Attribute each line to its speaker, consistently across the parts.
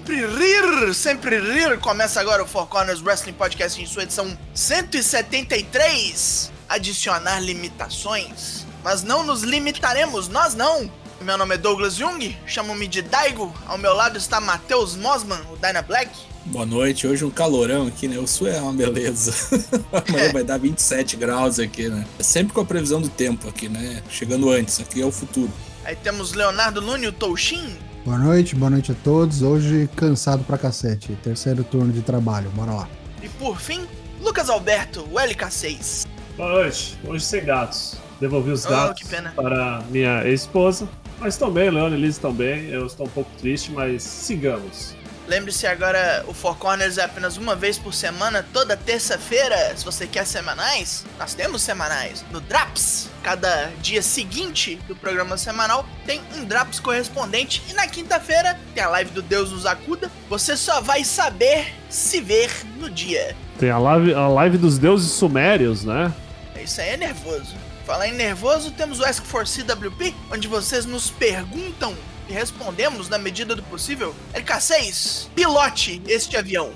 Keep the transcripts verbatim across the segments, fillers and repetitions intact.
Speaker 1: sempre rir, sempre rir. Começa agora o Four Corners Wrestling Podcast em sua edição cento e setenta e três. Adicionar limitações, mas não nos limitaremos, nós não. Meu nome é Douglas Jung, chamo-me de Daigo. Ao meu lado está Matheus Mosman, o Dyna Black.
Speaker 2: Boa noite, hoje um calorão aqui, né? O sul é uma beleza. Amanhã vai dar vinte e sete graus aqui, né? Sempre com a previsão do tempo aqui, né? Chegando antes, aqui é o futuro.
Speaker 1: Aí temos Leonardo Lune, o Touchin.
Speaker 3: Boa noite, boa noite a todos. Hoje cansado pra cacete, terceiro turno de trabalho, bora lá.
Speaker 1: E por fim, Lucas Alberto, o L K seis.
Speaker 4: Boa noite, hoje sem gatos. Devolvi os
Speaker 1: Oh,
Speaker 4: gatos
Speaker 1: que pena.
Speaker 4: para minha ex-esposa. Mas estão bem, Leone e Liz estão bem. Eu estou um pouco triste, mas sigamos.
Speaker 1: Lembre-se agora, o Four Corners é apenas uma vez por semana, toda terça-feira. Se você quer semanais, nós temos semanais no Draps. Cada dia seguinte do programa semanal tem um Draps correspondente. E na quinta-feira tem a live do Deus nos acuda. Você só vai saber se ver no dia.
Speaker 4: Tem a live, a live dos deuses sumérios, né?
Speaker 1: Isso aí é nervoso. Falar em nervoso, temos o Ask for C W P, onde vocês nos perguntam e respondemos na medida do possível. L K seis, pilote este avião.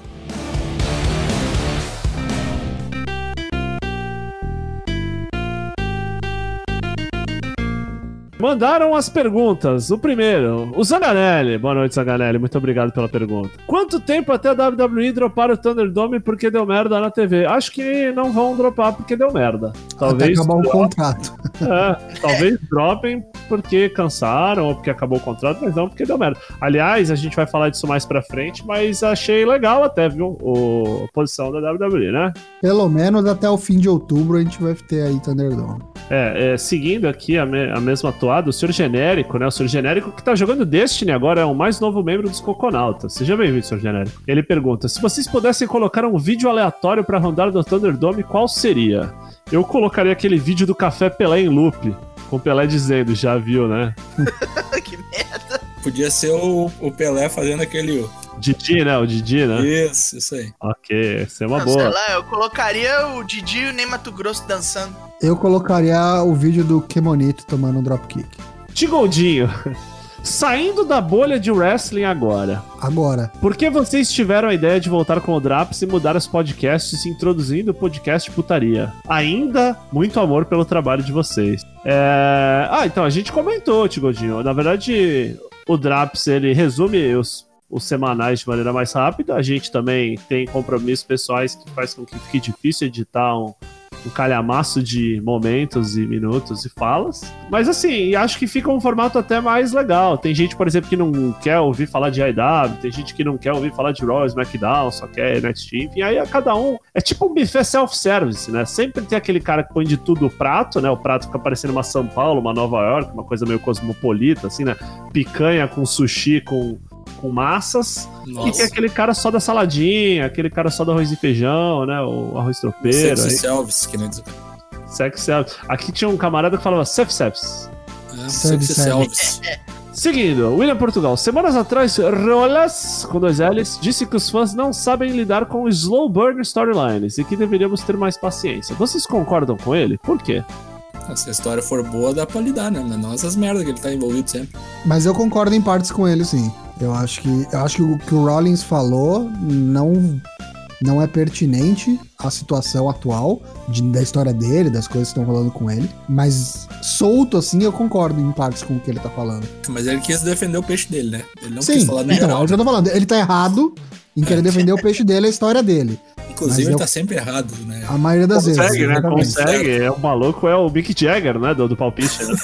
Speaker 4: Mandaram as perguntas. O primeiro, o Zanganelli. Boa noite, Zanganelli. Muito obrigado pela pergunta. Quanto tempo até a W W E dropar o Thunderdome porque deu merda na T V? Acho que não vão dropar porque deu merda. Talvez
Speaker 3: até acabar o
Speaker 4: dropem.
Speaker 3: contrato.
Speaker 4: É, talvez dropem porque cansaram ou porque acabou o contrato, mas não porque deu merda. Aliás, a gente vai falar disso mais pra frente, mas achei legal até, viu? O, a posição da W W E, né?
Speaker 3: Pelo menos até o fim de outubro a gente vai ter aí Thunderdome.
Speaker 4: É, é, seguindo aqui a, me, a mesma toada, o Senhor Genérico, né? O Senhor Genérico que tá jogando Destiny agora, é o mais novo membro dos Coconautas. Seja bem-vindo, Senhor Genérico. Ele pergunta, se vocês pudessem colocar um vídeo aleatório pra rondar do Thunderdome, qual seria? Eu colocaria aquele vídeo do Café Pelé em loop, com o Pelé dizendo, já viu, né?
Speaker 1: Que merda.
Speaker 2: Podia ser o, o Pelé fazendo aquele...
Speaker 4: Didi, né? O Didi, né?
Speaker 2: Isso, isso aí.
Speaker 4: Ok, essa é uma
Speaker 1: Não,
Speaker 4: boa.
Speaker 1: sei lá, eu colocaria o Didi e o Ney Mato Grosso dançando.
Speaker 3: Eu colocaria o vídeo do Kemonito tomando um dropkick.
Speaker 4: Tigoldinho, saindo da bolha de wrestling agora,
Speaker 3: Agora,
Speaker 4: por que vocês tiveram a ideia de voltar com o Draps e mudar os podcasts, introduzindo o podcast Putaria? Ainda muito amor pelo trabalho de vocês. É... Ah, então, a gente comentou, Tigoldinho. Na verdade, o Draps, ele resume os, os semanais de maneira mais rápida. A gente também tem compromissos pessoais que faz com que fique difícil editar um... um calhamaço de momentos e minutos e falas. Mas assim, acho que fica um formato até mais legal. Tem gente, por exemplo, que não quer ouvir falar de I W, tem gente que não quer ouvir falar de Raw, SmackDown, só quer N X T. Enfim, aí a cada um... É tipo um buffet self-service, né? Sempre tem aquele cara que põe de tudo o prato, né? O prato fica parecendo uma São Paulo, uma Nova York, uma coisa meio cosmopolita, assim, né? Picanha com sushi, com... com massas. Nossa. E tem aquele cara só da saladinha, aquele cara só do arroz e feijão, né? O arroz tropeiro.
Speaker 2: Sexy Selves, que nem dizer.
Speaker 4: Sexy Selves. Aqui tinha um camarada que falava Sef Seps.
Speaker 2: É, Sexy Selves.
Speaker 4: Seguindo, William Portugal. Semanas atrás, Rolas, com dois L's, disse que os fãs não sabem lidar com slow burn storylines e que deveríamos ter mais paciência. Vocês concordam com ele? Por quê?
Speaker 2: Se a história for boa, dá pra lidar, né? Mas não essas merdas que ele tá envolvido sempre.
Speaker 3: mas eu concordo em partes com ele, sim. Eu acho que, eu acho que o que o Rollins falou não, não é pertinente à situação atual de, da história dele, das coisas que estão rolando com ele. Mas solto, assim, eu concordo em partes com o que ele tá falando.
Speaker 2: Mas ele quis defender o peixe dele, né? Ele não
Speaker 3: Sim,
Speaker 2: quis falar no
Speaker 3: então,
Speaker 2: geral.
Speaker 3: é o que eu tô falando. Ele tá errado em querer defender o peixe dele, a história dele.
Speaker 2: Inclusive,
Speaker 3: Mas
Speaker 2: ele
Speaker 3: eu-
Speaker 2: tá sempre errado, né?
Speaker 3: A maioria das vezes.
Speaker 4: Consegue, né?
Speaker 3: exatamente.
Speaker 4: Consegue. É o maluco, é o Mick Jagger, né? Do, do palpite, né?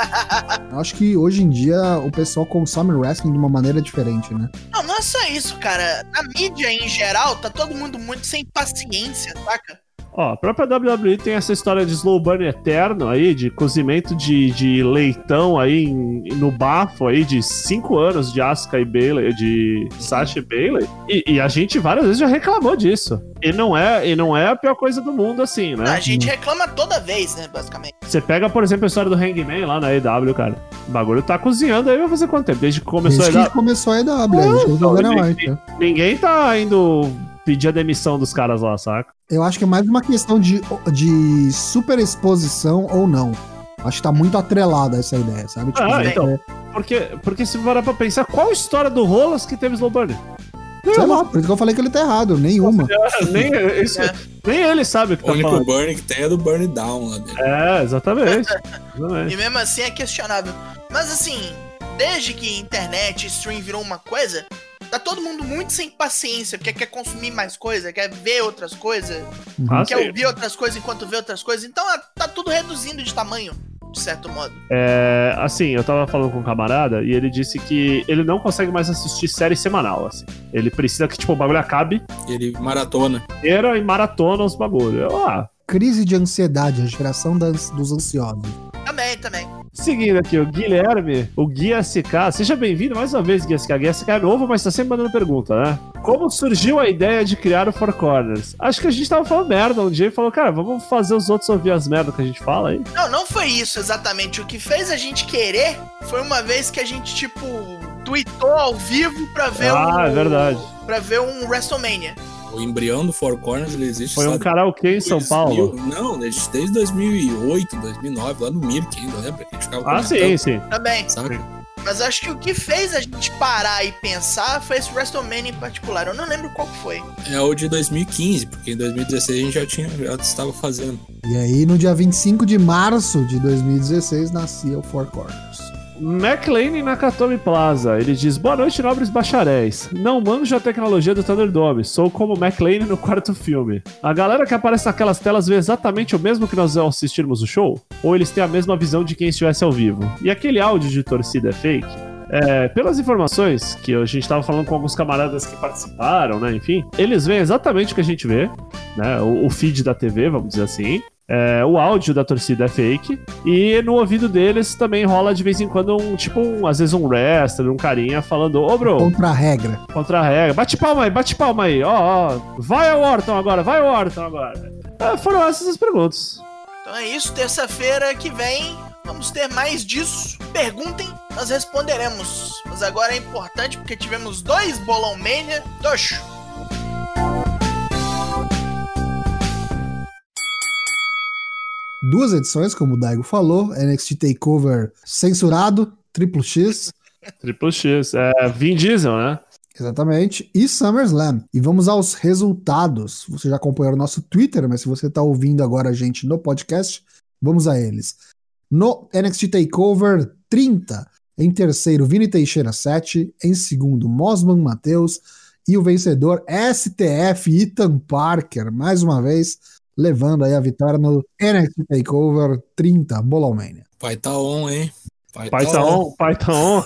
Speaker 3: Eu acho que hoje em dia o pessoal consome wrestling de uma maneira diferente, né?
Speaker 1: Não, não é só isso, cara. Na mídia, em geral, tá todo mundo muito sem paciência, saca?
Speaker 4: Ó, a própria W W E tem essa história de slow burn eterno aí, de cozimento de, de leitão aí em- no bafo aí de cinco anos de Asuka e Bayley, de Sasha e Bayley. E, e a gente várias vezes já reclamou disso. E não é, e não é a pior coisa do mundo assim, né?
Speaker 1: A gente reclama toda vez, né, basicamente.
Speaker 4: Você pega, por exemplo, a história do Hangman lá na E W, cara. O bagulho tá cozinhando aí vai fazer quanto tempo? Desde que começou
Speaker 3: Desde
Speaker 4: a E
Speaker 3: que
Speaker 4: W.
Speaker 3: começou a E W, desde que
Speaker 4: Não,
Speaker 3: o Dana
Speaker 4: ninguém-
Speaker 3: White, né?
Speaker 4: Ninguém tá indo pedir a demissão dos caras lá, saca?
Speaker 3: Eu acho que é mais uma questão de, de super exposição ou não. Acho que tá muito atrelada essa ideia, sabe? Tipo,
Speaker 4: Ah,
Speaker 3: é-
Speaker 4: então. Porque, porque se parar pra pensar, qual a história do Rolas que teve slow burn?
Speaker 3: Sei lá, por isso que eu falei que ele tá errado, nenhuma.
Speaker 4: nem, isso,
Speaker 1: É.
Speaker 4: nem ele sabe o que
Speaker 2: O
Speaker 4: tá
Speaker 2: único
Speaker 4: falando.
Speaker 2: burn que tem é do burn down lá dele.
Speaker 4: É, exatamente. exatamente.
Speaker 1: E mesmo assim é questionável. Mas assim, desde que internet e stream virou uma coisa, tá todo mundo muito sem paciência, porque quer consumir mais coisa, quer ver outras coisas,
Speaker 4: Ah,
Speaker 1: quer
Speaker 4: sim.
Speaker 1: ouvir outras coisas enquanto vê outras coisas. Então tá tudo reduzindo de tamanho, de certo modo.
Speaker 4: É, assim, eu tava falando com um camarada e ele disse que ele não consegue mais assistir série semanal, assim. Ele precisa que, tipo, o bagulho acabe
Speaker 2: Ele maratona.
Speaker 4: inteira e maratona os bagulhos. Eu, ah,
Speaker 3: Crise de ansiedade, a geração das, dos ansiosos.
Speaker 1: Também, também.
Speaker 4: seguindo aqui, o Guilherme, o Gui S K. Seja bem-vindo mais uma vez, Gui S K. Gui S K é novo, mas tá sempre mandando pergunta, né? Como surgiu a ideia de criar o Four Corners? Acho que a gente tava falando merda um dia e falou, cara, vamos fazer os outros ouvir as merdas que a gente fala aí.
Speaker 1: Não, não foi isso exatamente. O que fez a gente querer foi uma vez que a gente, tipo, tweetou ao vivo pra ver um...
Speaker 4: Ah, é verdade.
Speaker 1: Pra ver um WrestleMania.
Speaker 2: O embrião do Four Corners ele existe.
Speaker 4: Foi um
Speaker 2: sabe,
Speaker 4: karaokê em São
Speaker 2: dois
Speaker 4: Paulo.
Speaker 2: mil Não, desde, desde dois mil e oito, dois mil e nove, lá no Mirk ainda, lembra? Que a gente ficava
Speaker 4: Ah,
Speaker 2: comentando,
Speaker 4: sim, sim.
Speaker 1: Também.
Speaker 2: sabe?
Speaker 1: Mas acho que o que fez a gente parar e pensar foi esse WrestleMania em particular. Eu não lembro qual que foi.
Speaker 2: É o de dois mil e quinze, porque em dois mil e dezesseis a gente já tinha, já estava fazendo.
Speaker 3: E aí, no dia vinte e cinco de março de dois mil e dezesseis, nascia o Four Corners.
Speaker 4: McLean Nakatomi Plaza, ele diz, boa noite, nobres bacharéis. Não manjo a tecnologia do Thunderdome, sou como McLean no quarto filme. A galera que aparece naquelas telas vê exatamente o mesmo que nós ao assistirmos o show? Ou eles têm a mesma visão de quem estivesse ao vivo? E aquele áudio de torcida é fake? É, pelas informações que a gente tava falando com alguns camaradas que participaram, né, enfim, eles veem exatamente o que a gente vê, né, o, o feed da T V, vamos dizer assim. É, o áudio da torcida é fake. E no ouvido deles também rola de vez em quando um, tipo, um, às vezes um wrestler, um carinha falando, ô bro,
Speaker 3: Contra a regra.
Speaker 4: contra a regra, bate palma aí, bate palma aí, ó, ó, vai ao Orton agora, vai ao Orton agora. É, foram essas as perguntas.
Speaker 1: Então é isso, terça-feira que vem vamos ter mais disso. Perguntem, nós responderemos. Mas agora é importante porque tivemos dois Bolão Mania. Tocho.
Speaker 3: Duas edições, como o Daigo falou, N X T TakeOver censurado, Triplo X,
Speaker 4: Triple X, é Vin Diesel, né?
Speaker 3: exatamente, e SummerSlam. E vamos aos resultados. Você já acompanhou o nosso Twitter, mas se você está ouvindo agora a gente no podcast, vamos a eles. No N X T TakeOver trinta, em terceiro, Vini Teixeira sete, em segundo, Mosman Matheus, e o vencedor S T F Ethan Parker, mais uma vez, levando aí a vitória no N X T TakeOver trinta, Bolão Mania.
Speaker 2: Pai tá on, hein? Pai,
Speaker 4: Pai tá on, pai tá on.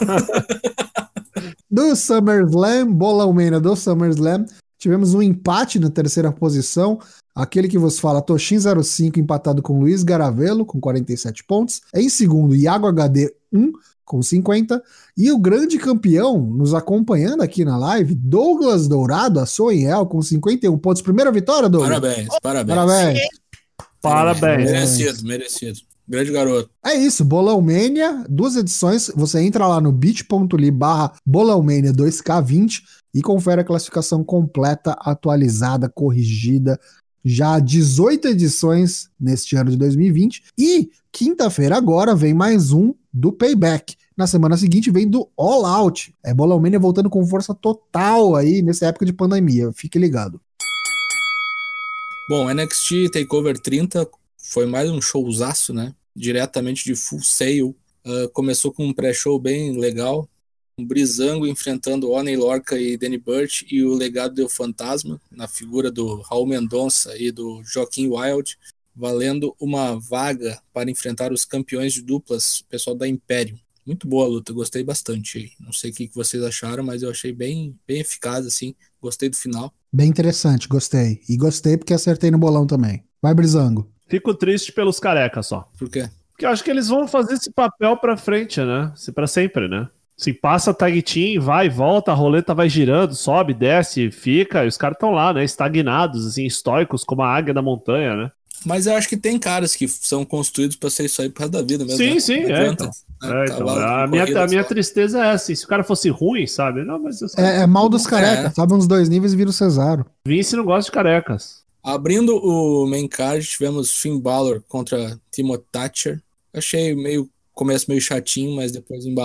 Speaker 3: Do SummerSlam, Bolão Mania do SummerSlam, tivemos um empate na terceira posição. Aquele que vos fala, Toshin zero cinco, empatado com Luiz Garavelo, com quarenta e sete pontos. Em segundo, Iago H D um, com cinquenta. E o grande campeão, nos acompanhando aqui na live, Douglas Dourado, a Soenhel, com cinquenta e um pontos. Primeira vitória, Douglas?
Speaker 2: Parabéns, parabéns.
Speaker 3: Parabéns.
Speaker 4: Parabéns.
Speaker 2: Merecido, merecido. Grande garoto.
Speaker 3: É isso, Bolão Mania, duas edições. Você entra lá no bit.ly barra Bolão Mania dois K vinte e confere a classificação completa, atualizada, corrigida. Já dezoito edições neste ano de dois mil e vinte. E quinta-feira agora vem mais um do Payback. Na semana seguinte vem do All Out. É Bolão Mania voltando com força total aí nessa época de pandemia. Fique ligado.
Speaker 2: Bom, N X T TakeOver trinta foi mais um showzaço, né? Diretamente de Full Sail. Uh, começou com um pré-show bem legal. Um Breezango enfrentando Oney Lorca e Danny Burch e o legado do Fantasma, na figura do Raul Mendonça e do Joaquim Wild, valendo uma vaga para enfrentar os campeões de duplas, o pessoal da Imperium. Muito boa a luta, gostei bastante. Não sei o que vocês acharam, mas eu achei bem, bem eficaz, assim. Gostei do final.
Speaker 3: Bem interessante, gostei. E gostei porque acertei no bolão também. Vai, Breezango.
Speaker 4: Fico triste pelos carecas só.
Speaker 2: Por quê?
Speaker 4: Porque eu acho que eles vão fazer esse papel pra frente, né? Se pra sempre, né? Se passa tag team, vai, volta, a roleta vai girando, sobe, desce, fica, e os caras estão lá, né? Estagnados, assim, estoicos, como a águia da montanha, né?
Speaker 2: Mas eu acho que tem caras que são construídos pra ser isso aí por causa da vida mesmo.
Speaker 4: Sim,
Speaker 2: né?
Speaker 4: sim,
Speaker 2: Não
Speaker 4: é,
Speaker 2: adianta,
Speaker 4: então.
Speaker 2: né?
Speaker 4: É, então,
Speaker 2: Cavalo
Speaker 4: a
Speaker 2: de
Speaker 4: minha,
Speaker 2: corrida
Speaker 4: a minha
Speaker 2: só.
Speaker 4: tristeza é essa. Se o cara fosse ruim, sabe? Não, mas eu
Speaker 3: É, é mal dos carecas,
Speaker 2: É.
Speaker 3: sabe? Uns dois níveis e vira o Cesaro.
Speaker 4: Vince não gosta de carecas.
Speaker 2: Abrindo o main card, tivemos Finn Balor contra Timothy Thatcher. Achei meio começo meio chatinho, mas depois embalou.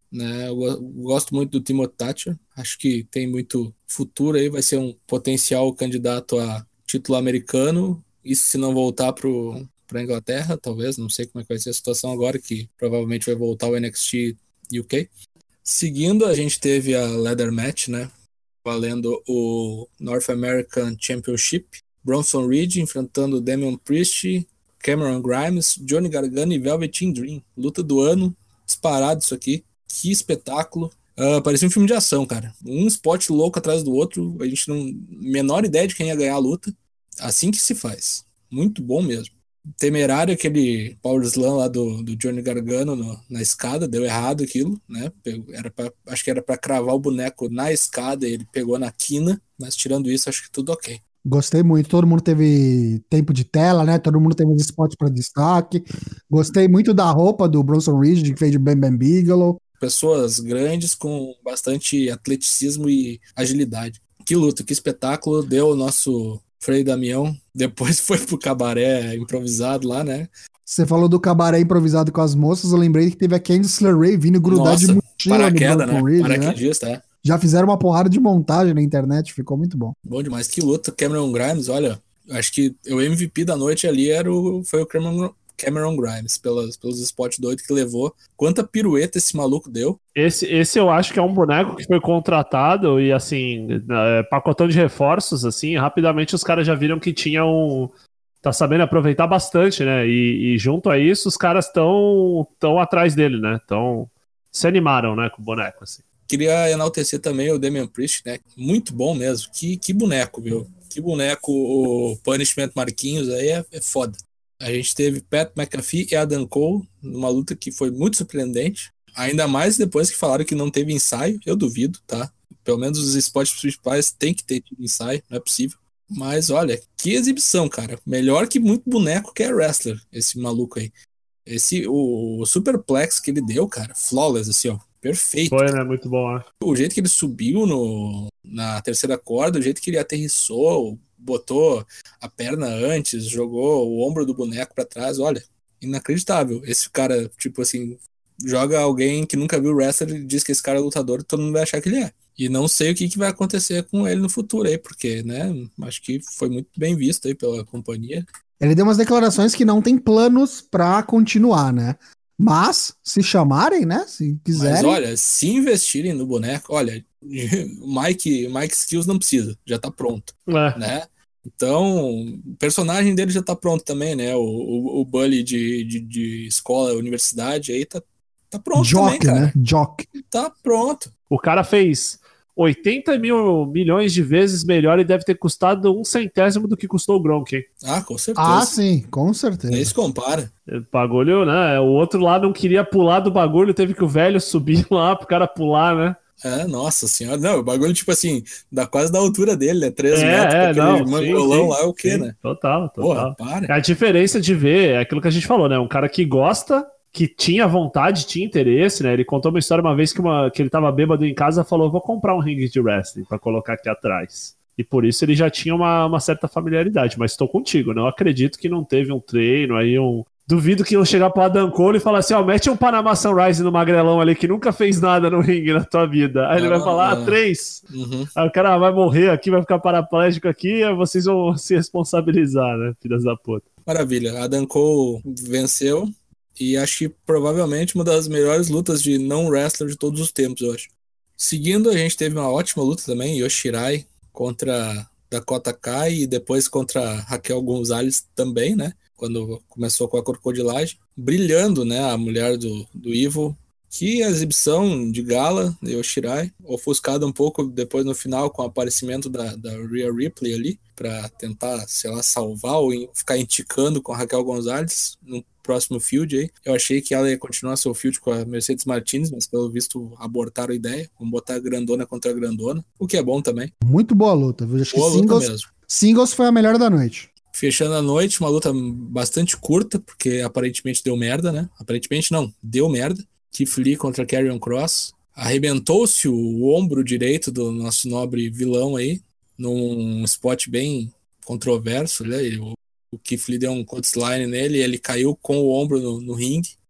Speaker 2: né? Eu gosto muito do Timothy Thatcher, acho que tem muito futuro aí, vai ser um potencial candidato a título americano, isso se não voltar pro para Inglaterra, talvez, não sei como é que vai ser a situação agora, que provavelmente vai voltar o N X T U K. Seguindo, a gente teve a Leather Match, né, valendo o North American Championship, Bronson Reed enfrentando Damian Priest, Cameron Grimes, Johnny Gargano e Velveteen Dream. Luta do ano, disparado isso aqui. Que espetáculo. Uh, parecia um filme de ação, cara. Um spot louco atrás do outro. A gente não... menor ideia de quem ia ganhar a luta. Assim que se faz. Muito bom mesmo. Temerário, aquele Power Slam lá do, do Johnny Gargano no, na escada. Deu errado aquilo, né? Era pra, acho que era pra cravar o boneco na escada e ele pegou na quina. Mas tirando isso, acho que tudo ok.
Speaker 3: Gostei muito, todo mundo teve tempo de tela, né? Todo mundo teve uns spots para destaque. Gostei muito da roupa do Bronson Reed, que fez de Bam Bam Bigelow.
Speaker 2: Pessoas grandes com bastante atleticismo e agilidade. Que luta, que espetáculo. Deu o nosso Frei Damião. Depois foi pro cabaré improvisado lá, né?
Speaker 3: Você falou do cabaré improvisado com as moças, eu lembrei que teve a Candice LeRae vindo grudar
Speaker 2: Nossa,
Speaker 3: de mochila no Bronson
Speaker 2: né?
Speaker 3: Reed,
Speaker 2: Paraquedista,
Speaker 3: né?
Speaker 2: é.
Speaker 3: Já fizeram uma porrada de montagem na internet, ficou muito bom.
Speaker 2: Bom demais, que luta. Cameron Grimes, olha, acho que o M V P da noite ali era o, foi o Cameron, Cameron Grimes, pelas, pelos spots doidos que levou. Quanta pirueta esse maluco deu.
Speaker 4: Esse, esse eu acho que é um boneco que foi contratado e, assim, é, pacotão de reforços, assim, rapidamente os caras já viram que tinha um... tá sabendo aproveitar bastante, né? E, e junto a isso, os caras estão tão atrás dele, né? Então, se animaram, né, com o boneco, assim.
Speaker 2: Queria enaltecer também o Damian Priest, né? Muito bom mesmo. Que, que boneco, viu? Que boneco, o Punishment Marquinhos aí é, é foda. A gente teve Pat McAfee e Adam Cole numa luta que foi muito surpreendente. Ainda mais depois que falaram que não teve ensaio. Eu duvido, tá? Pelo menos os spots principais tem que ter tido ensaio, não é possível. Mas olha, que exibição, cara. Melhor que muito boneco que é wrestler, esse maluco aí. Esse, o, o superplex que ele deu, cara, flawless, assim, ó. Perfeito.
Speaker 4: Foi, né? Muito bom, né?
Speaker 2: O jeito que ele subiu no, na terceira corda, o jeito que ele aterrissou, botou a perna antes, jogou o ombro do boneco pra trás, olha, inacreditável. Esse cara, tipo assim, joga alguém que nunca viu wrestler e diz que esse cara é lutador e todo mundo vai achar que ele é. E não sei o que, que vai acontecer com ele no futuro aí, porque, né, acho que foi muito bem visto aí pela companhia.
Speaker 3: Ele deu umas declarações que não tem planos pra continuar, né? Mas, se chamarem, né? Se quiserem.
Speaker 2: Mas olha, se investirem no boneco, olha, o Mike, Mike Skills não precisa, já tá pronto,
Speaker 4: É.
Speaker 2: né? Então, o personagem dele já tá pronto também, né? O, o, o Bully de, de, de escola, universidade, aí tá, tá pronto
Speaker 3: Jock,
Speaker 2: também, cara.
Speaker 3: né? Jock.
Speaker 2: Tá pronto.
Speaker 4: O cara fez oitenta mil milhões de vezes melhor e deve ter custado um centésimo do que custou o Gronk, hein?
Speaker 2: Ah, com certeza.
Speaker 3: Ah, sim, com certeza.
Speaker 2: Nem se compara.
Speaker 4: O bagulho, né? O outro lá não queria pular do bagulho, teve que o velho subir lá pro cara pular, né?
Speaker 2: É, nossa senhora. Não, o bagulho, tipo assim, dá quase da altura dele, né? três
Speaker 4: É,
Speaker 2: metros,
Speaker 4: é,
Speaker 2: aquele
Speaker 4: não,
Speaker 2: mangolão
Speaker 4: sim,
Speaker 2: lá, é o quê,
Speaker 4: sim,
Speaker 2: né?
Speaker 4: Total,
Speaker 2: Porra,
Speaker 4: total.
Speaker 2: para.
Speaker 4: A diferença de ver é aquilo que a gente falou, né? Um cara que gosta, que tinha vontade, tinha interesse, né? Ele contou uma história uma vez que, uma, que ele tava bêbado em casa e falou: vou comprar um ringue de wrestling pra colocar aqui atrás. E por isso ele já tinha uma, uma certa familiaridade. Mas estou contigo, não acredito que não teve um treino aí, um. Duvido que iam chegar pro Adam Cole e falar assim: ó, mete um Panama Sunrise no magrelão ali que nunca fez nada no ringue na tua vida. Aí ele vai falar: ah, três.
Speaker 2: Uhum.
Speaker 4: Aí o cara vai morrer aqui, vai ficar paraplégico aqui, aí vocês vão se responsabilizar, né, filhas da puta.
Speaker 2: Maravilha. Adam Cole venceu. E acho que provavelmente uma das melhores lutas de não wrestler de todos os tempos, eu acho. Seguindo, a gente teve uma ótima luta também, Yoshirai contra Dakota Kai e depois contra Raquel Gonzalez também, né? Quando começou com a crocodilagem. Brilhando, né? A mulher do, do Evil. Que exibição de gala de Yoshirai. Ofuscada um pouco depois no final com o aparecimento da, da Rhea Ripley ali. Pra tentar, sei lá, salvar ou ficar indicando com a Raquel Gonzalez no próximo feud aí. Eu achei que ela ia continuar seu feud com a Mercedes Martinez, mas pelo visto abortaram a ideia. Vamos botar a grandona contra a grandona, o que é bom também.
Speaker 3: Muito boa luta. Eu acho
Speaker 2: boa
Speaker 3: que singles,
Speaker 2: luta mesmo.
Speaker 3: Singles foi a melhor da noite.
Speaker 2: Fechando a noite, uma luta bastante curta, porque aparentemente deu merda, né? Aparentemente não, deu merda. Keith Lee contra Karrion Kross. Arrebentou-se o ombro direito do nosso nobre vilão aí, num spot bem controverso, né? O, o Keith Lee deu um clothesline nele e ele caiu com o ombro no, no ringue.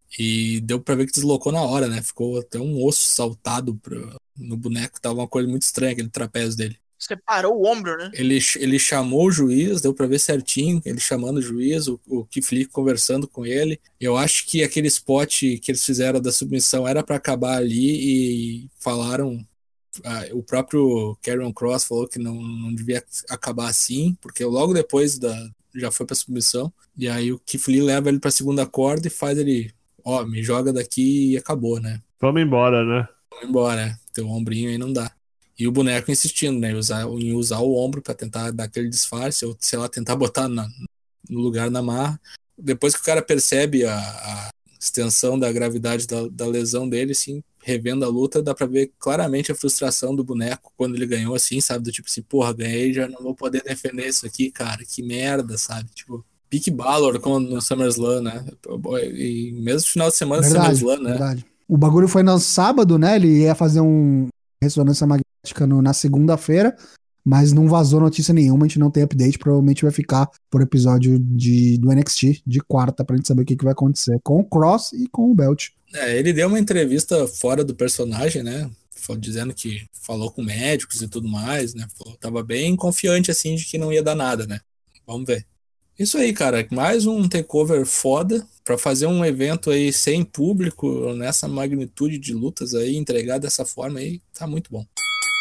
Speaker 2: E deu pra ver que deslocou na hora, né? Ficou até um osso saltado pro, no boneco. Tava uma coisa muito estranha, aquele trapézio dele.
Speaker 1: Separou o ombro, né?
Speaker 2: Ele, ele chamou o juiz, deu pra ver certinho, ele chamando o juiz, o, o Keith Lee conversando com ele. Eu acho que aquele spot que eles fizeram da submissão era pra acabar ali e falaram... Ah, o próprio Karrion Kross falou que não, não devia acabar assim, porque logo depois da, já foi pra submissão. E aí o Keith Lee leva ele pra segunda corda e faz ele... Ó, me joga daqui e acabou, né?
Speaker 4: Vamos embora, né?
Speaker 2: Vamos embora, teu ombrinho aí não dá. E o boneco insistindo, né? Usar, em usar o ombro pra tentar dar aquele disfarce, ou sei lá, tentar botar na, no lugar na marra. Depois que o cara percebe a, a extensão da gravidade da, da lesão dele, assim, revendo a luta, dá pra ver claramente a frustração do boneco quando ele ganhou, assim, sabe? Do tipo assim, porra, ganhei, já não vou poder defender isso aqui, cara, que merda, sabe? Tipo, pique Balor no SummerSlam, né? E mesmo no final de semana do SummerSlam, né?
Speaker 3: Verdade. O bagulho foi no sábado, né? Ele ia fazer um ressonância magnética no, na segunda-feira, mas não vazou notícia nenhuma, a gente não tem update, provavelmente vai ficar por episódio de, do N X T de quarta pra gente saber o que, que vai acontecer com o Cross e com o Belt.
Speaker 2: É, ele deu uma entrevista fora do personagem, né? Dizendo que falou com médicos e tudo mais, né? Tava bem confiante, assim, de que não ia dar nada, né? Vamos ver. Isso aí, cara, mais um takeover foda pra fazer um evento aí sem público, nessa magnitude de lutas aí, entregar dessa forma aí, tá muito bom.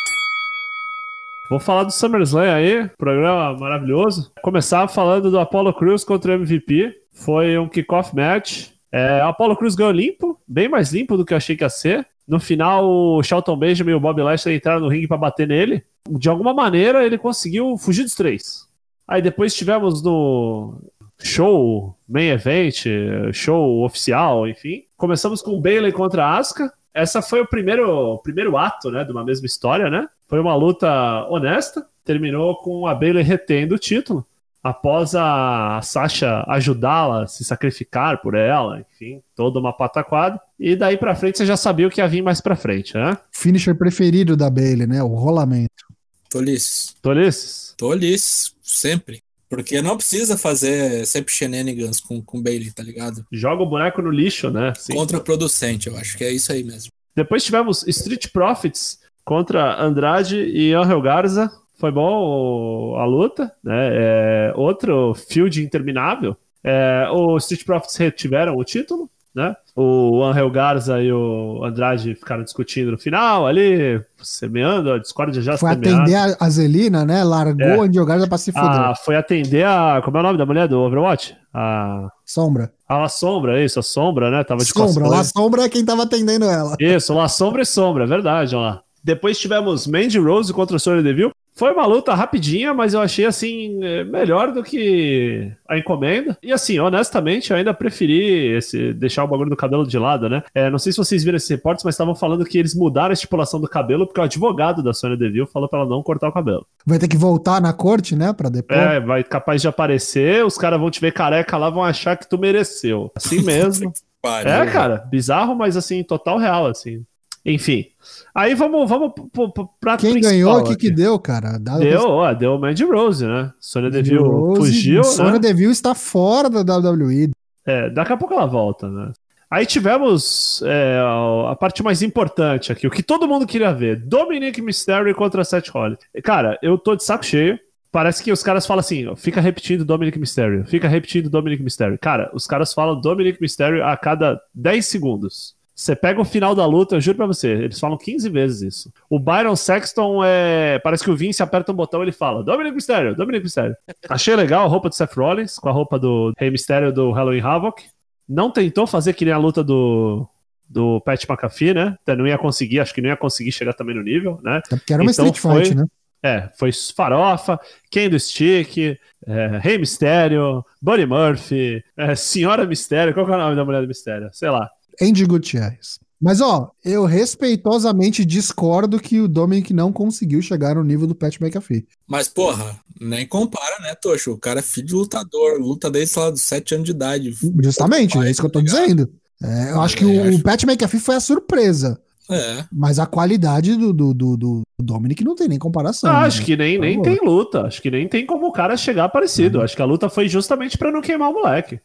Speaker 4: Vou falar do SummerSlam aí, programa maravilhoso. Começar falando do Apollo Crews contra o M V P. Foi um kickoff match. É, o Apollo Crews ganhou limpo, bem mais limpo do que eu achei que ia ser. No final, o Shelton Benjamin e o Bobby Lashley entraram no ringue pra bater nele. De alguma maneira, ele conseguiu fugir dos três. Aí depois tivemos no show, main event, show oficial, enfim. Começamos com o Bayley contra a Asuka. Essa foi o primeiro, o primeiro ato, né, de uma mesma história, né? Foi uma luta honesta. Terminou com a Bayley retendo o título. Após a Sasha ajudá-la a se sacrificar por ela, enfim, toda uma pataquada. E daí pra frente você já sabia o que ia vir mais pra frente, né?
Speaker 3: Finisher preferido da Bayley, né? O rolamento.
Speaker 2: Tolices.
Speaker 4: Tolices?
Speaker 2: Tolices, sempre. Porque não precisa fazer sempre shenanigans com o Bayley, tá ligado?
Speaker 4: Joga o boneco no lixo, né? Sim.
Speaker 2: Contraproducente, eu acho que é isso aí mesmo.
Speaker 4: Depois tivemos Street Profits contra Andrade e Angel Garza. Foi bom a luta, né? É, outro field interminável. É, o Street Profits retiveram o título, né? O Angel Garza e o Andrade ficaram discutindo no final, ali, semeando, a discórdia já
Speaker 3: foi
Speaker 4: semeada.
Speaker 3: Foi atender a Zelina, né? Largou é. o Angel Garza pra se fuder.
Speaker 4: Ah, foi atender a... Como é o nome da mulher do Overwatch? A...
Speaker 3: Sombra.
Speaker 4: A La Sombra, isso, a Sombra, né? Tava de
Speaker 3: Sombra, La Sombra é quem tava atendendo ela.
Speaker 4: Isso, La Sombra e Sombra, é verdade, olha lá. Depois tivemos Mandy Rose contra Sonya Deville. Foi uma luta rapidinha, mas eu achei, assim, melhor do que a encomenda. E, assim, honestamente, eu ainda preferi esse, deixar o bagulho do cabelo de lado, né? É, não sei se vocês viram esses reportes, mas estavam falando que eles mudaram a estipulação do cabelo porque o advogado da Sonya Deville falou pra ela não cortar o cabelo.
Speaker 3: Vai ter que voltar na corte, né? Pra depois.
Speaker 4: É, vai capaz de aparecer, os caras vão te ver careca lá, vão achar que tu mereceu. Assim mesmo. É, cara, bizarro, mas, assim, total real, assim. Enfim, aí vamos, vamos pro, pro prato
Speaker 3: Quem
Speaker 4: principal.
Speaker 3: Quem ganhou, o que que deu, cara? Dá
Speaker 4: deu, ó, deu o Mandy Rose, né? Sonya Deville fugiu,
Speaker 3: Sonya
Speaker 4: né?
Speaker 3: Deville está fora da W W E.
Speaker 4: É, daqui a pouco ela volta, né? Aí tivemos é, a parte mais importante aqui, o que todo mundo queria ver. Dominic Mysterio contra Seth Rollins. Cara, eu tô de saco cheio. Parece que os caras falam assim, ó, fica repetindo Dominic Mysterio, fica repetindo Dominic Mysterio. Cara, os caras falam Dominic Mysterio a cada dez segundos. Você pega o final da luta, eu juro pra você, eles falam quinze vezes isso. O Byron Saxton, é... parece que o Vince aperta um botão e ele fala Dominic Mysterio, Dominic Mysterio. Achei legal a roupa do Seth Rollins, com a roupa do Rey Mysterio do Halloween Havoc. Não tentou fazer que nem a luta do, do Pat McAfee, né? Não ia conseguir, acho que não ia conseguir chegar também no nível, né?
Speaker 3: É porque era uma
Speaker 4: então
Speaker 3: Street Fight,
Speaker 4: foi...
Speaker 3: né?
Speaker 4: É, foi farofa, Kendo Stick, é, Rey Mysterio, Buddy Murphy, é, Senhora Mysterio, qual que é o nome da mulher do Mysterio? Sei lá.
Speaker 3: Andy Gutierrez. Mas, ó, eu respeitosamente discordo que o Dominic não conseguiu chegar no nível do Pat McAfee.
Speaker 2: Mas, porra, nem compara, né, Tocho? O cara é filho de lutador, luta desde, sei lá, dos sete anos de idade.
Speaker 3: Justamente, é isso que eu tô dizendo. É, eu acho que o, acho... o Pat McAfee foi a surpresa.
Speaker 2: É.
Speaker 3: Mas a qualidade do, do, do, do Dominic não tem nem comparação.
Speaker 4: Ah,
Speaker 3: né?
Speaker 4: Acho que nem, nem tem luta. Acho que nem tem como o cara chegar parecido. Uhum. Acho que a luta foi justamente pra não queimar o moleque.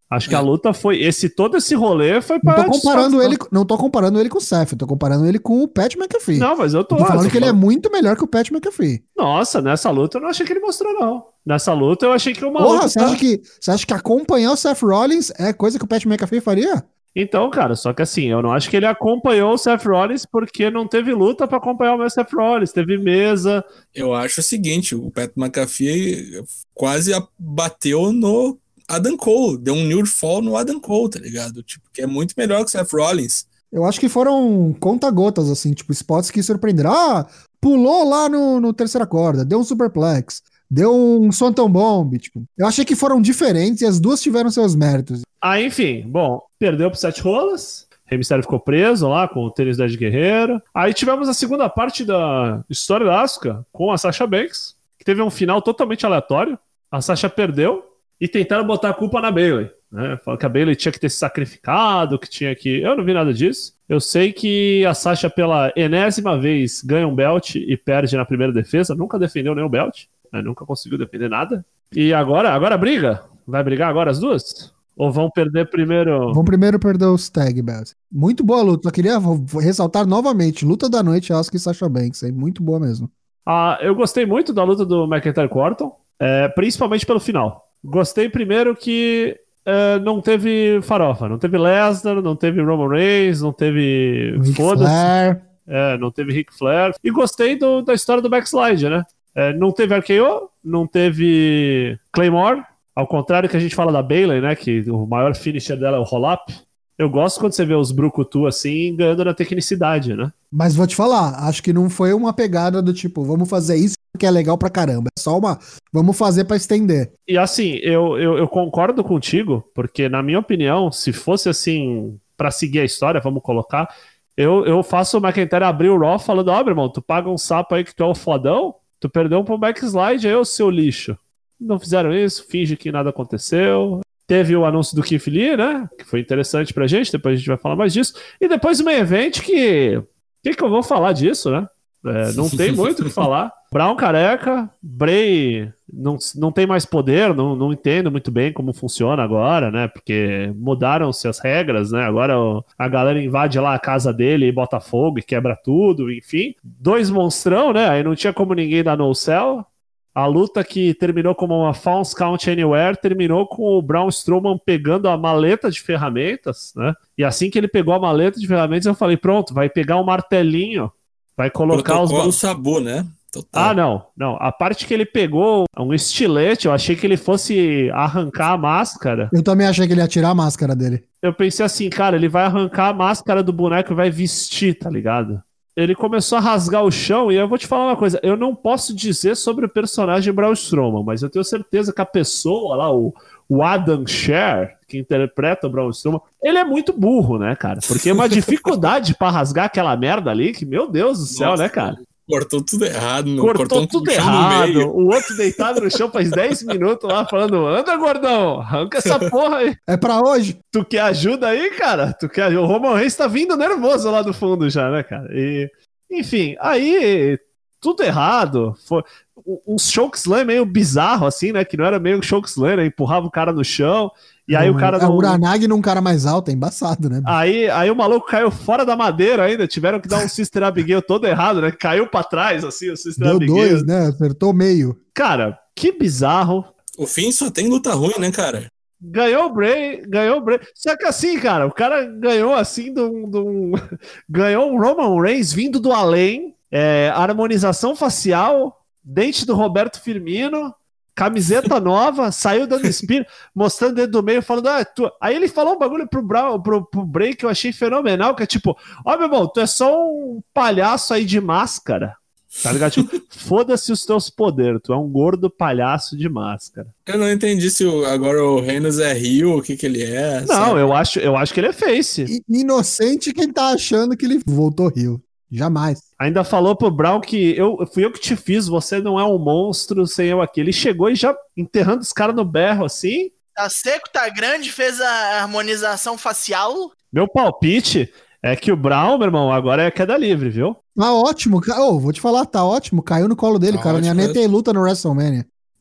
Speaker 4: Acho que
Speaker 2: É.
Speaker 4: a luta foi. Esse, todo esse rolê foi
Speaker 3: Não
Speaker 4: pra.
Speaker 3: tô comparando
Speaker 4: desfazer-
Speaker 3: ele, não tô comparando ele com o Seth, eu tô comparando ele com o Pat McAfee.
Speaker 4: Não, mas eu tô.
Speaker 3: Eu tô falando
Speaker 4: eu tô
Speaker 3: que ele é muito melhor que o Pat McAfee.
Speaker 4: Nossa, nessa luta eu não achei que ele mostrou, não. Nessa luta eu achei que uma
Speaker 3: Porra,
Speaker 4: luta.
Speaker 3: você acha, que, você acha que acompanhar o Seth Rollins é coisa que o Pat McAfee faria?
Speaker 4: Então, cara, só que assim, eu não acho que ele acompanhou o Seth Rollins porque não teve luta pra acompanhar o meu Seth Rollins. Teve mesa.
Speaker 2: Eu acho o seguinte, o Pat McAfee quase a- bateu no Adam Cole, deu um near fall no Adam Cole, tá ligado? Tipo, que é muito melhor que o Seth Rollins.
Speaker 3: Eu acho que foram conta-gotas, assim, tipo, spots que surpreenderam. Ah, pulou lá no, no terceira corda, deu um superplex, deu um Swanton Bomb, tipo. Eu achei que foram diferentes e as duas tiveram seus méritos.
Speaker 4: Ah, enfim, bom, perdeu pro Seth Rollins. Rey Mysterio ficou preso lá com o tênis da Ed Guerreiro. Aí tivemos a segunda parte da história da Asuka com a Sasha Banks, que teve um final totalmente aleatório. A Sasha perdeu e tentaram botar a culpa na Bayley, né? Falaram que a Bayley tinha que ter se sacrificado, que tinha que... Eu não vi nada disso. Eu sei que a Sasha, pela enésima vez, ganha um belt e perde na primeira defesa. Nunca defendeu nenhum belt, né? Nunca conseguiu defender nada. E agora, agora briga? Vai brigar agora as duas? Ou vão perder primeiro?
Speaker 3: Vamos primeiro perder os tag belts. Muito boa luta, só queria vou- vou ressaltar novamente, luta da noite, Asuka e Sasha Banks, hein? Muito boa mesmo.
Speaker 4: Ah, eu gostei muito da luta do McIntyre com Orton, é, principalmente pelo final. Gostei primeiro que é, não teve farofa, não teve Lesnar, não teve Roman Reigns, não teve
Speaker 3: Ric
Speaker 4: foda-se,
Speaker 3: Flair.
Speaker 4: é, não teve Ric Flair. E gostei do- da história do backslide, né? É, não teve R K O, não teve Claymore, ao contrário que a gente fala da Bayley, né? Que o maior finisher dela é o roll-up. Eu gosto quando você vê os brucutu assim ganhando na tecnicidade, né?
Speaker 3: Mas vou te falar, acho que não foi uma pegada do tipo, vamos fazer isso porque é legal pra caramba. É só uma, vamos fazer pra estender.
Speaker 4: E assim, eu, eu, eu concordo contigo, porque na minha opinião, se fosse assim, pra seguir a história, vamos colocar, eu, eu faço o McIntyre abrir o Raw falando, ó, meu irmão, tu paga um sapo aí que tu é o fodão, tu perdeu um pro backslide, aí o seu lixo. Não fizeram isso, finge que nada aconteceu. Teve o anúncio do Keith Lee, né? Que foi interessante pra gente, depois a gente vai falar mais disso. E depois o main event que... O que, que eu vou falar disso, né? É, não tem muito o que falar. Brown careca, Bray não, não tem mais poder, não, não entendo muito bem como funciona agora, né? Porque mudaram-se as regras, né? Agora o- a galera invade lá a casa dele e bota fogo e quebra tudo, enfim. Dois monstrão, né? Aí não tinha como ninguém dar no céu. A luta que terminou como uma False Count Anywhere terminou com o Braun Strowman pegando a maleta de ferramentas, né? E assim que ele pegou a maleta de ferramentas, eu falei, pronto, vai pegar um martelinho, vai colocar os...
Speaker 2: Protocolo
Speaker 4: ba-
Speaker 2: Sabu, né? Total.
Speaker 4: Ah, não, não. A parte que ele pegou um estilete, eu achei que ele fosse arrancar a máscara.
Speaker 3: Eu também achei que ele ia tirar a máscara dele.
Speaker 4: Eu pensei assim, cara, ele vai arrancar a máscara do boneco e vai vestir, tá ligado? Ele começou a rasgar o chão e eu vou te falar uma coisa, eu não posso dizer sobre o personagem Braun Strowman, mas eu tenho certeza que a pessoa lá, o, o Adam Scherr, que interpreta o Braun Strowman, ele é muito burro, né, cara? Porque é uma dificuldade pra rasgar aquela merda ali, que meu Deus do céu,
Speaker 2: Nossa,
Speaker 4: né, cara?
Speaker 2: Cortou tudo errado. Não,
Speaker 4: Cortou
Speaker 2: um
Speaker 4: tudo
Speaker 2: puxão no
Speaker 4: errado.
Speaker 2: meio.
Speaker 4: O outro deitado no chão faz dez minutos lá falando: anda, gordão, arranca essa porra aí.
Speaker 3: É pra hoje?
Speaker 4: Tu quer ajuda aí, cara? Tu quer... O Roman Reigns tá vindo nervoso lá do fundo já, né, cara? E, enfim, aí tudo errado. Foi um chokeslam meio bizarro, assim, né? Que não era meio um chokeslam, né? Empurrava o cara no chão. E aí
Speaker 3: é,
Speaker 4: o cara
Speaker 3: é,
Speaker 4: não...
Speaker 3: O Uranagi num cara mais alto, é embaçado, né?
Speaker 4: Aí, aí o maluco caiu fora da madeira ainda. Tiveram que dar um Sister Abigail todo errado, né? Caiu pra trás, assim, o Sister
Speaker 3: Deu
Speaker 4: Abigail.
Speaker 3: dois, né? Acertou meio.
Speaker 4: Cara, que bizarro.
Speaker 2: O fim só tem luta ruim, né, cara?
Speaker 4: Ganhou o Bray, ganhou o Bray. Só que assim, cara, o cara ganhou assim de um. De um... ganhou o Roman Reigns vindo do além, é, harmonização facial, dente do Roberto Firmino, camiseta nova, saiu dando espírito, mostrando o dedo do meio, falando, ah, tu... Aí ele falou um bagulho pro, Brown, pro, pro Bray que eu achei fenomenal, que é tipo, ó, meu irmão, tu é só um palhaço aí de máscara. Tá ligado? Tipo, foda-se os teus poderes, tu é um gordo palhaço de máscara.
Speaker 2: Eu não entendi se o, agora o Reynolds é Rio, o que que ele é.
Speaker 4: Não,
Speaker 2: sabe?
Speaker 4: eu acho, eu acho que ele é face.
Speaker 3: I- Inocente quem tá achando que ele voltou Rio. Jamais.
Speaker 4: Ainda falou pro Brown que eu fui eu que te fiz, você não é um monstro sem eu aqui. Ele chegou e já enterrando os caras no berro assim.
Speaker 1: Tá seco, tá grande, fez a harmonização facial.
Speaker 4: Meu palpite é que o Brown, meu irmão, agora é queda livre, viu?
Speaker 3: Tá ótimo. ca- Ô, vou te falar, tá ótimo. Caiu no colo dele,
Speaker 2: Tá
Speaker 3: cara. Nem
Speaker 2: ótimo
Speaker 3: nem tem luta no WrestleMania.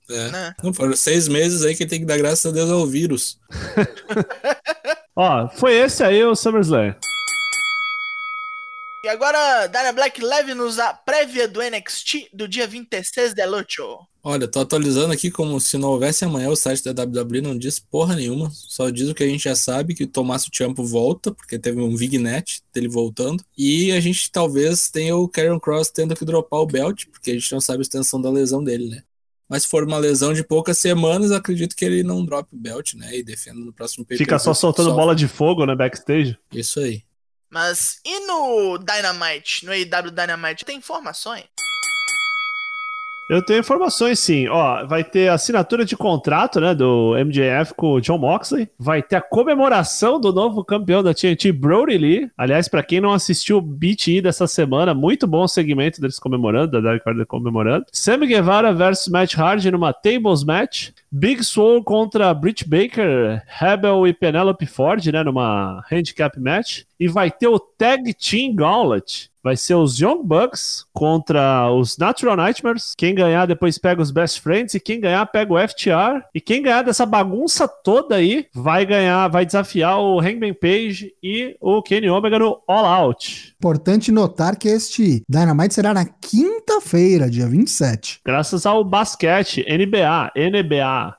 Speaker 2: É.
Speaker 1: Né?
Speaker 2: Não, foram seis meses aí que tem que dar graças a Deus ao vírus.
Speaker 4: Ó, foi esse aí o SummerSlam.
Speaker 1: E agora, Dana Black, leve-nos a prévia do N X T do dia vinte e seis de luto.
Speaker 2: Olha, tô atualizando aqui como se não houvesse amanhã. O site da W W E não diz porra nenhuma. Só diz o que a gente já sabe, que o Tommaso Ciampa volta, porque teve um vignette dele voltando. E a gente talvez tenha o Karrion Kross tendo que dropar o belt, porque a gente não sabe a extensão da lesão dele, né? Mas se for uma lesão de poucas semanas, acredito que ele não drope o belt, né? E defenda no próximo pay-per-view.
Speaker 4: Fica só soltando bola de fogo, né, backstage.
Speaker 2: Isso aí.
Speaker 1: Mas e no Dynamite, no A E W Dynamite, tem informações?
Speaker 4: Eu tenho informações, sim. Ó, vai ter assinatura de contrato, né, do M J F com o Jon Moxley. Vai ter a comemoração do novo campeão da T N T, Brody Lee. Aliás, pra quem não assistiu o B T E dessa semana, muito bom o segmento deles comemorando, da Dark Order comemorando. Sammy Guevara versus Matt Hardy numa Tables Match. Big Swole contra Britt Baker, Rebel e Penelope Ford, né, numa Handicap Match. E vai ter o Tag Team Gauntlet. Vai ser os Young Bucks contra os Natural Nightmares. Quem ganhar depois pega os Best Friends. E quem ganhar pega o F T R. E quem ganhar dessa bagunça toda aí vai ganhar, vai desafiar o Hangman Page e o Kenny Omega no All Out.
Speaker 3: Importante notar que este Dynamite será na quinta-feira, dia vinte e sete.
Speaker 4: Graças ao basquete, N B A, N B A.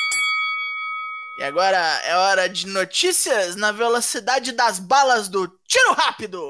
Speaker 1: E agora é hora de notícias na velocidade das balas do tiro rápido.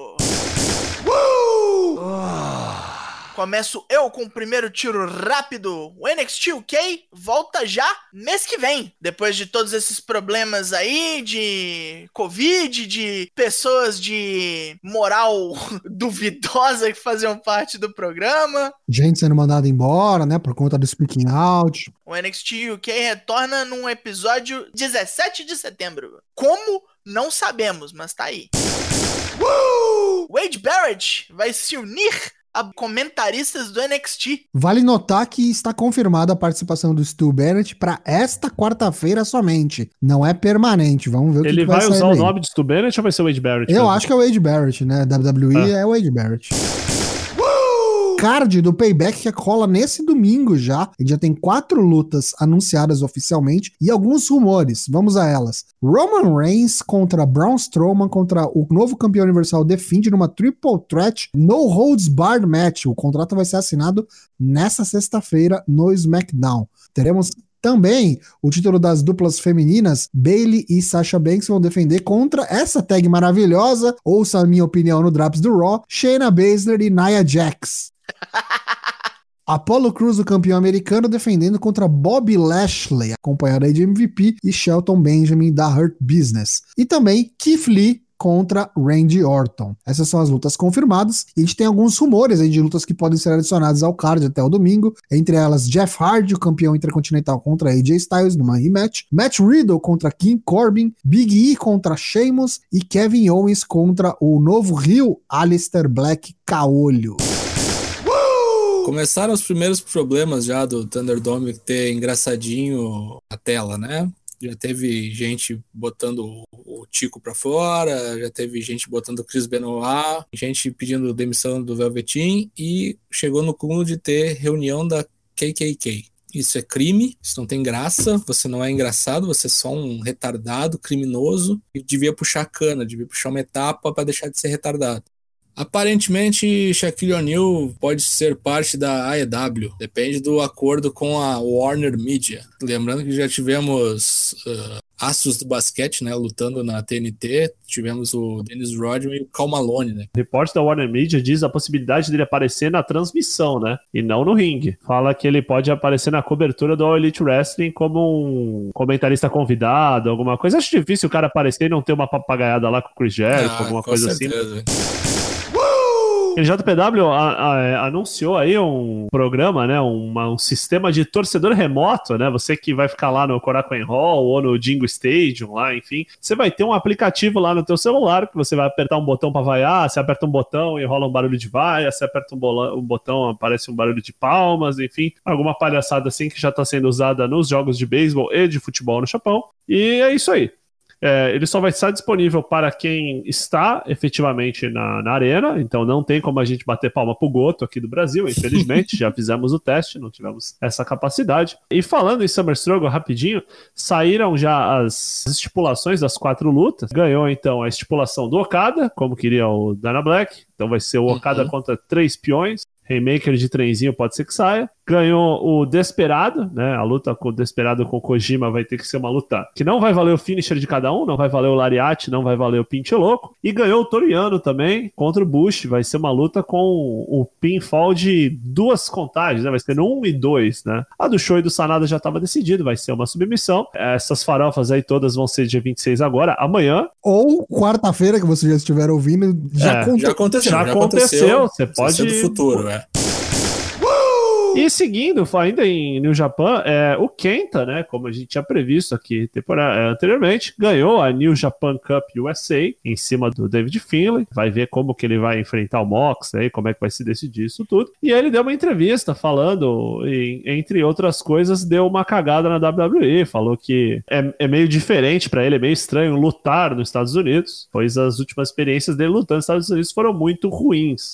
Speaker 1: Uh! Oh. Começo eu com o primeiro tiro rápido. O N X T U K volta já mês que vem. Depois de todos esses problemas aí de Covid, de pessoas de moral duvidosa que faziam parte do programa.
Speaker 3: Gente sendo mandada embora, né, por conta do speaking out.
Speaker 1: O N X T U K retorna num episódio dezessete de setembro. Como? Não sabemos, mas tá aí. Uh! Wade Barrett vai se unir a comentaristas do N X T.
Speaker 3: Vale notar que está confirmada a participação do Stu Bennett para esta quarta-feira somente. Não é permanente. Vamos ver o que,
Speaker 4: Ele
Speaker 3: que vai
Speaker 4: vai
Speaker 3: sair
Speaker 4: usar
Speaker 3: daí.
Speaker 4: o nome de Stu Bennett ou vai ser o Wade Barrett?
Speaker 3: Eu
Speaker 4: mesmo?
Speaker 3: acho que é o Wade Barrett, né? W W E
Speaker 4: Ah.
Speaker 3: é o Wade Barrett. Card do Payback que rola nesse domingo já. A gente já tem quatro lutas anunciadas oficialmente e alguns rumores. Vamos a elas. Roman Reigns contra Braun Strowman contra o novo campeão universal The Fiend numa Triple Threat No Holds Barred Match. O contrato vai ser assinado nessa sexta-feira no SmackDown. Teremos também o título das duplas femininas, Bayley e Sasha Banks vão defender contra essa tag maravilhosa, ouça a minha opinião no Drops do Raw, Shayna Baszler e Nia Jax. Apollo Crews, o campeão americano, defendendo contra Bobby Lashley, acompanhado aí de M V P e Shelton Benjamin da Hurt Business. E também Keith Lee contra Randy Orton. Essas são as lutas confirmadas. E a gente tem alguns rumores aí de lutas que podem ser adicionadas ao card até o domingo. Entre elas, Jeff Hardy, o campeão intercontinental contra A J Styles numa rematch. Matt Riddle contra King Corbin. Big E contra Sheamus. E Kevin Owens contra o novo Rio, Aleister Black Caolho.
Speaker 2: Começaram os primeiros problemas já do Thunderdome ter engraçadinho a tela, né? Já teve gente botando o Tico pra fora, já teve gente botando o Chris Benoit, gente pedindo demissão do Velveteen e chegou no cúmulo de ter reunião da K K K. Isso é crime, isso não tem graça, você não é engraçado, você é só um retardado, criminoso e devia puxar a cana, devia puxar uma etapa pra deixar de ser retardado. Aparentemente, Shaquille O'Neal pode ser parte da A E W, depende do acordo com a Warner Media. Lembrando que já tivemos uh, astros do basquete, né, lutando na T N T, tivemos o Dennis Rodman e o Karl Malone, né.
Speaker 4: O reporte da Warner Media diz a possibilidade dele aparecer na transmissão, né, e não no ringue. Fala que ele pode aparecer na cobertura do All Elite Wrestling como um comentarista convidado, alguma coisa. Acho difícil o cara aparecer e não ter uma papagaiada lá com o Chris Jericho,
Speaker 2: Ah,
Speaker 4: alguma
Speaker 2: com
Speaker 4: coisa
Speaker 2: certeza.
Speaker 4: assim. O J P W a, a, anunciou aí um programa, né, uma, um sistema de torcedor remoto, né, você que vai ficar lá no Korakuen Hall ou no Jingo Stadium lá, enfim, você vai ter um aplicativo lá no teu celular que você vai apertar um botão pra vaiar, você aperta um botão e rola um barulho de vaia, você aperta um, bola, um botão, aparece um barulho de palmas, enfim, alguma palhaçada assim que já tá sendo usada nos jogos de beisebol e de futebol no Japão, e é isso aí. É, ele só vai estar disponível para quem está efetivamente na, na arena, então não tem como a gente bater palma pro Goto aqui do Brasil, infelizmente, já fizemos o teste, não tivemos essa capacidade. E falando em Summer Struggle, rapidinho, saíram já as estipulações das quatro lutas, ganhou então a estipulação do Okada, como queria o Dana Black, então vai ser o Okada uhum. contra três peões, Rainmaker de trenzinho pode ser que saia. Ganhou o Desperado, né? A luta com o Desperado com o Kojima vai ter que ser uma luta que não vai valer o finisher de cada um, não vai valer o Lariat, não vai valer o Pinche Louco. E ganhou o Toriano também contra o Bush. Vai ser uma luta com o pinfall de duas contagens, né? Vai ser no um e dois, né? A do Show e do Sanada já estava decidido, vai ser uma submissão. Essas farofas aí todas vão ser dia vinte e seis agora, amanhã.
Speaker 3: Ou quarta-feira, que vocês já estiveram ouvindo, já,
Speaker 4: é,
Speaker 3: conta...
Speaker 4: já aconteceu. Já, já aconteceu, você pode...
Speaker 2: do futuro, é.
Speaker 4: E seguindo, ainda em New Japan, é, o Kenta, né, como a gente tinha previsto aqui temporada, anteriormente, ganhou a New Japan Cup U S A em cima do David Finlay. Vai ver como que ele vai enfrentar o Mox, né, como é que vai se decidir isso tudo. E ele deu uma entrevista falando, e, entre outras coisas, deu uma cagada na W W E. Falou que é, é meio diferente pra ele, é meio estranho lutar nos Estados Unidos, pois as últimas experiências dele lutando nos Estados Unidos foram muito ruins.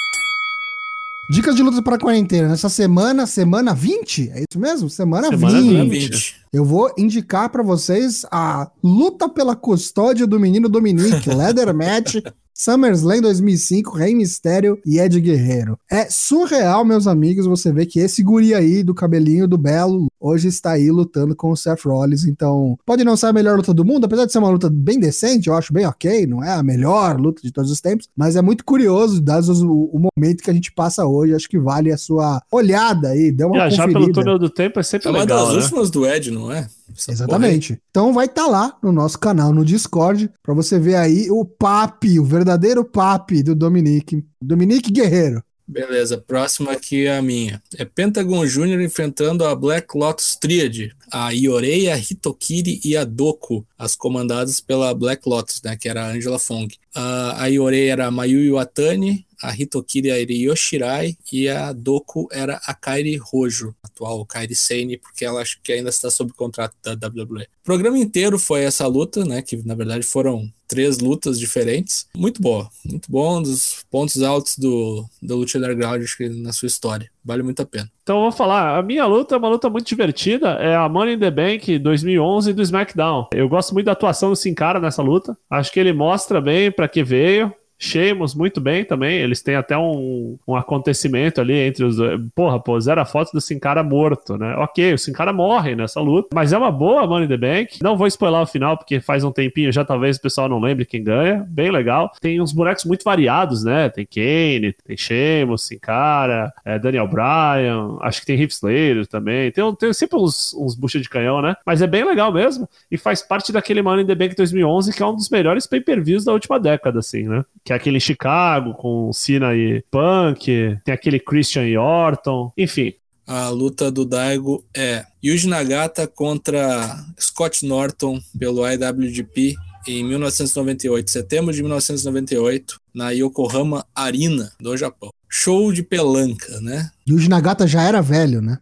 Speaker 3: Dicas de luta para quarentena. Nessa semana, semana vinte? É isso mesmo? Semana,
Speaker 4: semana
Speaker 3: vinte.
Speaker 4: vinte.
Speaker 3: Eu vou indicar para vocês a luta pela custódia do menino Dominique, Leather Match, SummerSlam dois mil e cinco, Rey Mysterio e Ed Guerreiro. É surreal, meus amigos, você vê que esse guri aí do cabelinho do Belo hoje está aí lutando com o Seth Rollins. Então, pode não ser a melhor luta do mundo, apesar de ser uma luta bem decente, eu acho bem ok, não é a melhor luta de todos os tempos, mas é muito curioso, dado o, o momento que a gente passa hoje, acho que vale a sua olhada aí, dê uma
Speaker 4: Viajar
Speaker 3: conferida.
Speaker 4: pelo túnel do tempo é sempre
Speaker 2: é uma
Speaker 4: legal,
Speaker 2: das
Speaker 4: né?
Speaker 2: últimas do Ed, não é?
Speaker 3: Essa Exatamente. Então vai estar tá lá no nosso canal, no Discord, pra você ver aí o papi, o verdadeiro papi do Dominique. Dominique Guerreiro.
Speaker 2: Beleza, próxima aqui é a minha. É Pentagon Júnior enfrentando a Black Lotus Triad, a Iorei, a Hitokiri e a Doku, as comandadas pela Black Lotus, né, que era a Angela Fong. Uh, a Iorei era a Mayu Iwatani, a Hitokiri era Yoshirai e a Doku era a Kairi Hojo, atual Kairi Sane, porque ela acho que ainda está sob contrato da W W E. O programa inteiro foi essa luta, né, que na verdade foram três lutas diferentes. Muito boa, muito bom, um dos pontos altos do, do Lucha Underground, acho que na sua história. Vale muito a pena.
Speaker 4: Então eu vou falar, a minha luta é uma luta muito divertida, é a Money in the Bank dois mil e onze do SmackDown. Eu gosto muito da atuação do Sin Cara nessa luta, acho que ele mostra bem pra que veio. Sheamus muito bem também, eles têm até um, um acontecimento ali entre os dois. Porra, pô, zero a foto do Sin Cara morto, né? Ok, o Sin Cara morre nessa luta, mas é uma boa Money in the Bank. Não vou spoiler o final, porque faz um tempinho já, talvez o pessoal não lembre quem ganha. Bem legal. Tem uns bonecos muito variados, né? Tem Kane, tem Sheamus, Sin Cara, é, Daniel Bryan, acho que tem Heath Slater também. Tem, tem sempre uns, uns bucha de canhão, né? Mas é bem legal mesmo, e faz parte daquele Money in the Bank dois mil e onze, que é um dos melhores pay-per-views da última década, assim, né? Que é aquele em Chicago com Cena e Punk, tem aquele Christian e Orton, enfim.
Speaker 2: A luta do Daigo é Yuji Nagata contra Scott Norton pelo I W G P em mil novecentos e noventa e oito, setembro de mil novecentos e noventa e oito, na Yokohama Arena do Japão. Show de pelanca, né?
Speaker 3: Yuji Nagata já era velho, né?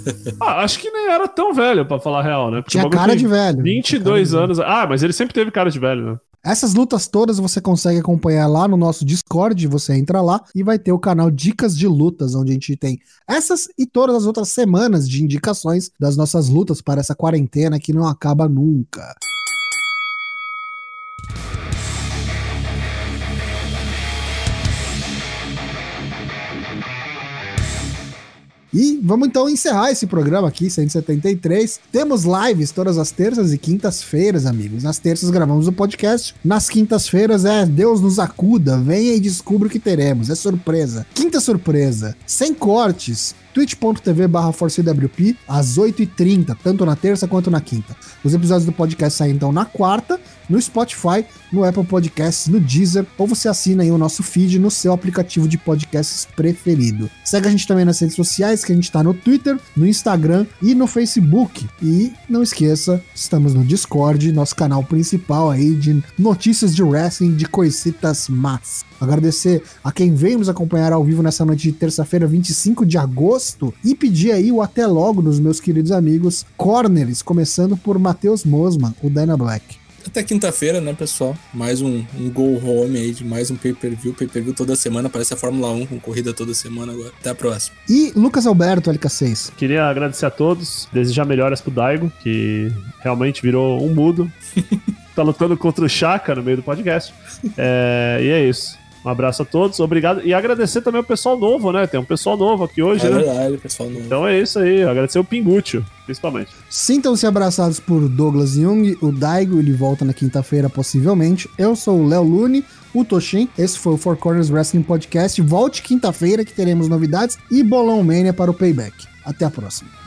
Speaker 4: ah, acho que nem era tão velho, pra falar a real, né? Porque
Speaker 3: tinha cara de velho.
Speaker 4: vinte e dois anos. Ah, mas ele sempre teve cara de velho, né?
Speaker 3: Essas lutas todas você consegue acompanhar lá no nosso Discord, você entra lá e vai ter o canal Dicas de Lutas, onde a gente tem essas e todas as outras semanas de indicações das nossas lutas para essa quarentena que não acaba nunca. E vamos então encerrar esse programa aqui, cento e setenta e três. Temos lives todas as terças e quintas-feiras, amigos. Nas terças gravamos o podcast. Nas quintas-feiras é Deus nos acuda, venha e descubra o que teremos. É surpresa. Quinta surpresa, sem cortes. twitch ponto tv barra force w p às oito e trinta, tanto na terça quanto na quinta. Os episódios do podcast saem então na quarta, no Spotify, no Apple Podcasts, no Deezer, ou você assina aí o nosso feed no seu aplicativo de podcasts preferido. Segue a gente também nas redes sociais, que a gente tá no Twitter, no Instagram e no Facebook. E não esqueça, estamos no Discord, nosso canal principal aí de notícias de wrestling, de coisitas más. Agradecer a quem veio nos acompanhar ao vivo nessa noite de terça-feira, vinte e cinco de agosto, e pedir aí o até logo dos meus queridos amigos corners, começando por Matheus Mosman, o Dyna Black.
Speaker 2: Até quinta-feira, né, pessoal? Mais um, um go home aí, de mais um pay-per-view. Pay-per-view toda semana, parece a Fórmula um com corrida toda semana agora. Até a próxima.
Speaker 3: E Lucas Alberto, L K seis.
Speaker 4: Queria agradecer a todos, desejar melhoras pro Daigo, que realmente virou um mudo. Tá lutando contra o Chaka no meio do podcast. É, e é isso. Um abraço a todos, obrigado. E agradecer também o pessoal novo, né? Tem um pessoal novo aqui hoje,
Speaker 2: é
Speaker 4: né?
Speaker 2: É verdade, pessoal novo.
Speaker 4: Então é isso aí, agradecer o Pinguccio, principalmente.
Speaker 3: Sintam-se abraçados por Douglas Jung, o Daigo, ele volta na quinta-feira, possivelmente. Eu sou o Léo Lune, o Toshin. Esse foi o Four Corners Wrestling Podcast. Volte quinta-feira que teremos novidades e Bolão Mania para o Payback. Até a próxima.